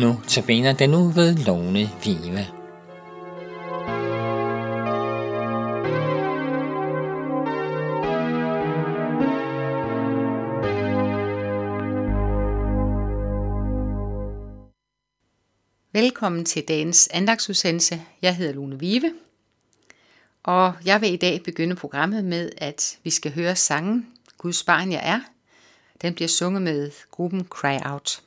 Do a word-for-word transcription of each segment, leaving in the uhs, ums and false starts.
Notabene den nu ved Lone Vive. Velkommen til dagens andagtsudsendelse. Jeg hedder Lone Vive, og jeg vil i dag begynde programmet med, at vi skal høre sangen Guds barn jeg er. Den bliver sunget med gruppen Cry Out.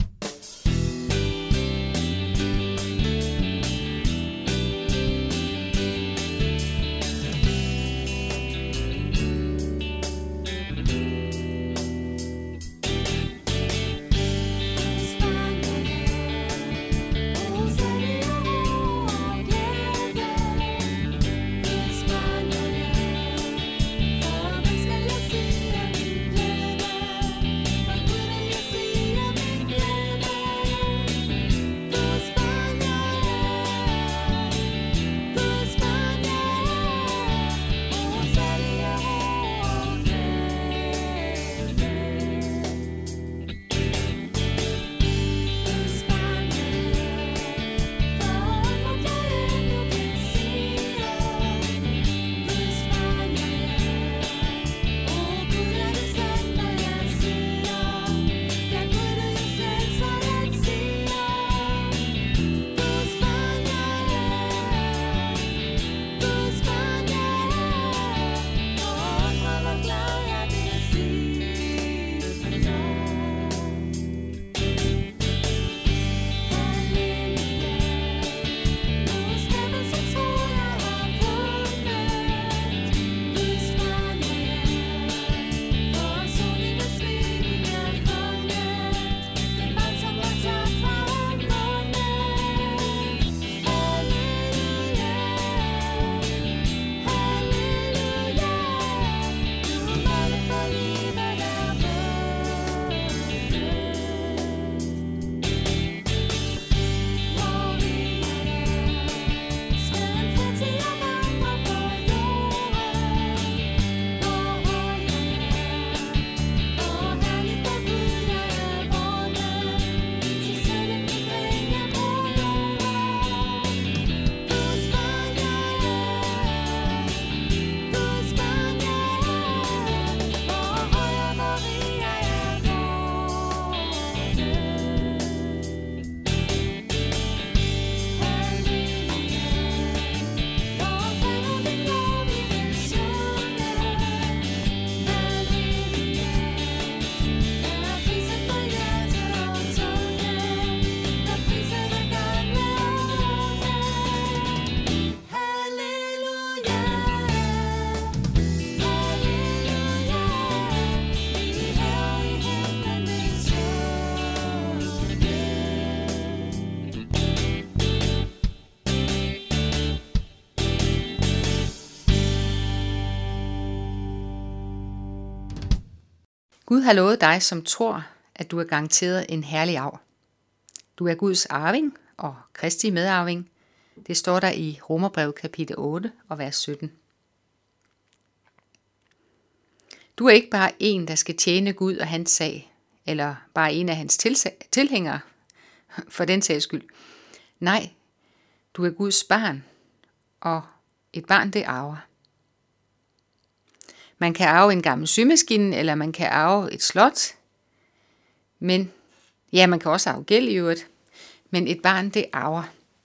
Gud har lovet dig, som tror, at du er garanteret en herlig arv. Du er Guds arving og Kristi medarving. Det står der i Romerbrevet kapitel otte og vers sytten. Du er ikke bare en, der skal tjene Gud og hans sag, eller bare en af hans tilhængere, for den sags skyld. Nej, du er Guds barn, og et barn det arver. Man kan arve en gammel symaskine, eller man kan arve et slot. Men, ja, man kan også arve gæld i øvrigt. Men et barn, det arver.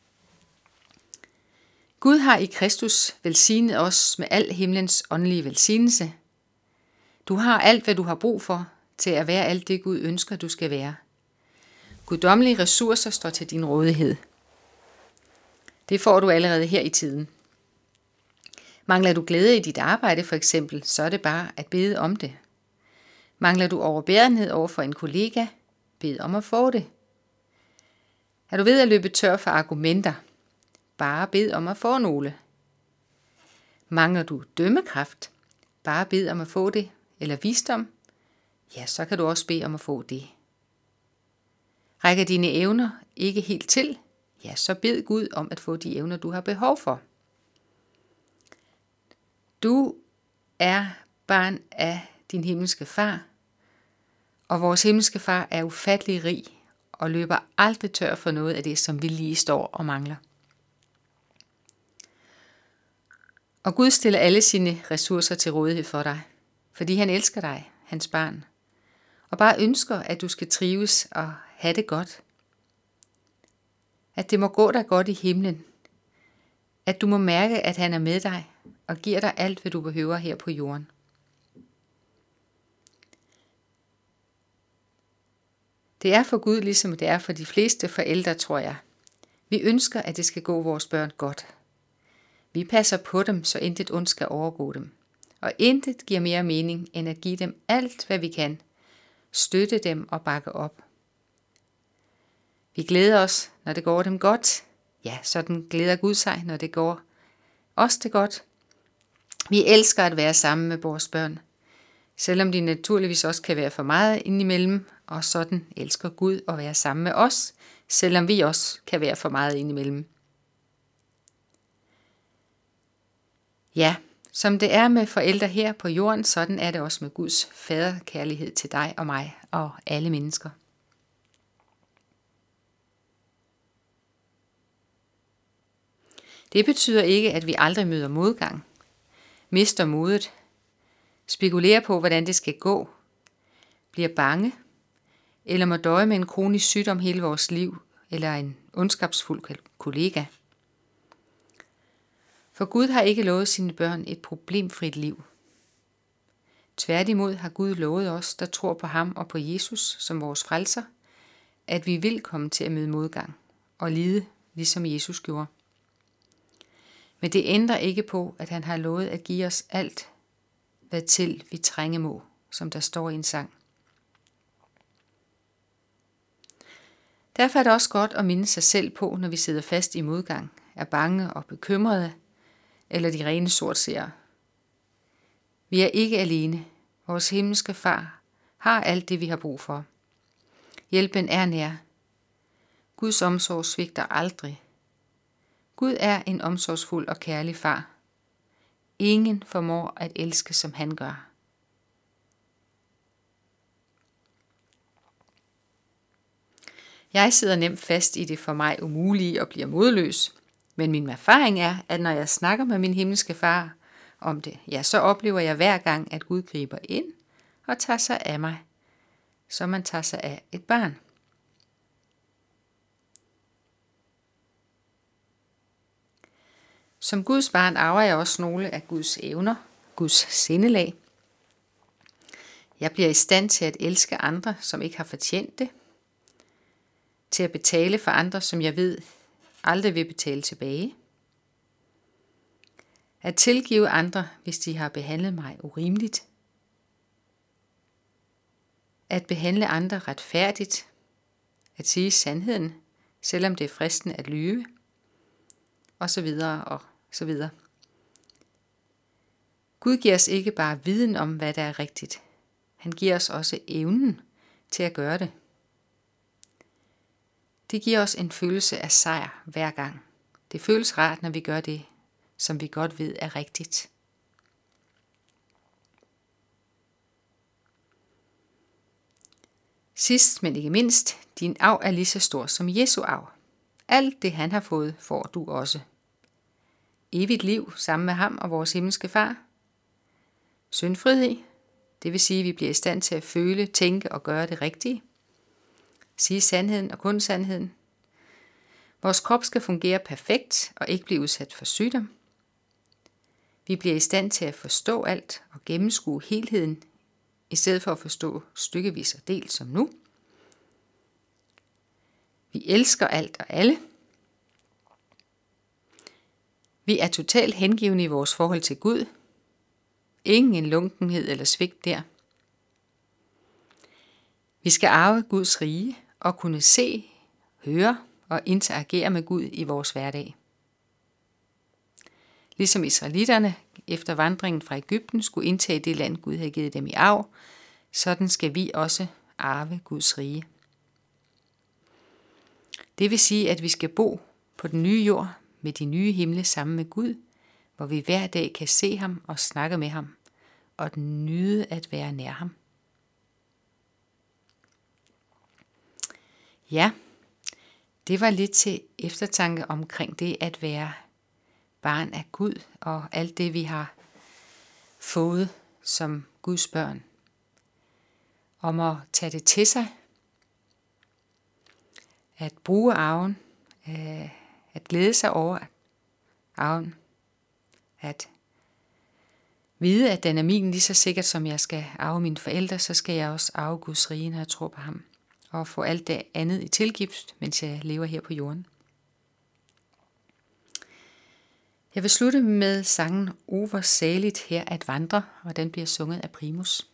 Gud har i Kristus velsignet os med al himlens åndelige velsignelse. Du har alt, hvad du har brug for, til at være alt det, Gud ønsker, du skal være. Guddommelige ressourcer står til din rådighed. Det får du allerede her i tiden. Mangler du glæde i dit arbejde for eksempel, så er det bare at bede om det. Mangler du overbærenhed over for en kollega, bed om at få det. Er du ved at løbe tør for argumenter, bare bed om at få nogle. Mangler du dømmekraft, bare bed om at få det, eller visdom, ja, så kan du også bede om at få det. Rækker dine evner ikke helt til, ja, så bed Gud om at få de evner, du har behov for. Du er barn af din himmelske far, og vores himmelske far er ufattelig rig og løber aldrig tør for noget af det, som vi lige står og mangler. Og Gud stiller alle sine ressourcer til rådighed for dig, fordi han elsker dig, hans barn, og bare ønsker, at du skal trives og have det godt. At det må gå dig godt i himlen. At du må mærke, at han er med dig og giver dig alt, hvad du behøver her på jorden. Det er for Gud, ligesom det er for de fleste forældre, tror jeg. Vi ønsker, at det skal gå vores børn godt. Vi passer på dem, så intet ondt skal overgå dem. Og intet giver mere mening, end at give dem alt, hvad vi kan. Støtte dem og bakke op. Vi glæder os, når det går dem godt. Ja, sådan glæder Gud sig, når det går os det godt. Vi elsker at være sammen med vores børn, selvom de naturligvis også kan være for meget indimellem, og sådan elsker Gud at være sammen med os, selvom vi også kan være for meget indimellem. Ja, som det er med forældre her på jorden, sådan er det også med Guds faderkærlighed til dig og mig og alle mennesker. Det betyder ikke, at vi aldrig møder modgang, mister modet, spekulerer på, hvordan det skal gå, bliver bange, eller må døje med en kronisk sygdom hele vores liv, eller en ondskabsfuld kollega. For Gud har ikke lovet sine børn et problemfrit liv. Tværtimod har Gud lovet os, der tror på ham og på Jesus som vores frelser, at vi vil komme til at møde modgang og lide, ligesom Jesus gjorde. Men det ændrer ikke på, at han har lovet at give os alt, hvad til vi trænge må, som der står i en sang. Derfor er det også godt at minde sig selv på, når vi sidder fast i modgang, er bange og bekymrede, eller de rene sortseere. Vi er ikke alene. Vores himmelske far har alt det, vi har brug for. Hjælpen er nær. Guds omsorg svigter aldrig. Gud er en omsorgsfuld og kærlig far. Ingen formår at elske, som han gør. Jeg sidder nemt fast i det for mig umulige og bliver modløs. Men min erfaring er, at når jeg snakker med min himmelske far om det, ja, så oplever jeg hver gang, at Gud griber ind og tager sig af mig, som man tager sig af et barn. Som Guds barn arver jeg også nogle af Guds evner, Guds sindelag. Jeg bliver i stand til at elske andre, som ikke har fortjent det, til at betale for andre, som jeg ved aldrig vil betale tilbage, at tilgive andre, hvis de har behandlet mig urimeligt, at behandle andre retfærdigt, at sige sandheden, selvom det er fristende at lyve, og så videre og så videre. Gud giver os ikke bare viden om, hvad der er rigtigt. Han giver os også evnen til at gøre det. Det giver os en følelse af sejr hver gang. Det føles rart, når vi gør det, som vi godt ved er rigtigt. Sidst, men ikke mindst, din arv er lige så stor som Jesu arv. Alt det, han har fået, får du også. Evigt liv sammen med ham og vores himmelske far. Syndfrihed, det vil sige, at vi bliver i stand til at føle, tænke og gøre det rigtige. Sige sandheden og kun sandheden. Vores krop skal fungere perfekt og ikke blive udsat for sygdom. Vi bliver i stand til at forstå alt og gennemskue helheden, i stedet for at forstå stykkevis og delt som nu. Vi elsker alt og alle. Vi er totalt hengivne i vores forhold til Gud. Ingen lunkenhed eller svigt der. Vi skal arve Guds rige og kunne se, høre og interagere med Gud i vores hverdag. Ligesom israelitterne efter vandringen fra Egypten skulle indtage det land, Gud havde givet dem i arv, sådan skal vi også arve Guds rige. Det vil sige, at vi skal bo på den nye jord med de nye himle sammen med Gud, hvor vi hver dag kan se ham og snakke med ham, og nyde at være nær ham. Ja, det var lidt til eftertanke omkring det at være barn af Gud og alt det, vi har fået som Guds børn. Om at tage det til sig, at bruge arven, at glæde sig over arven, at vide, at den er min lige så sikkert, som jeg skal arve mine forældre, så skal jeg også arve Guds rige, når jeg tror på ham, og få alt det andet i tilgift, mens jeg lever her på jorden. Jeg vil slutte med sangen O hvor saligt her at vandre, og den bliver sunget af Primus.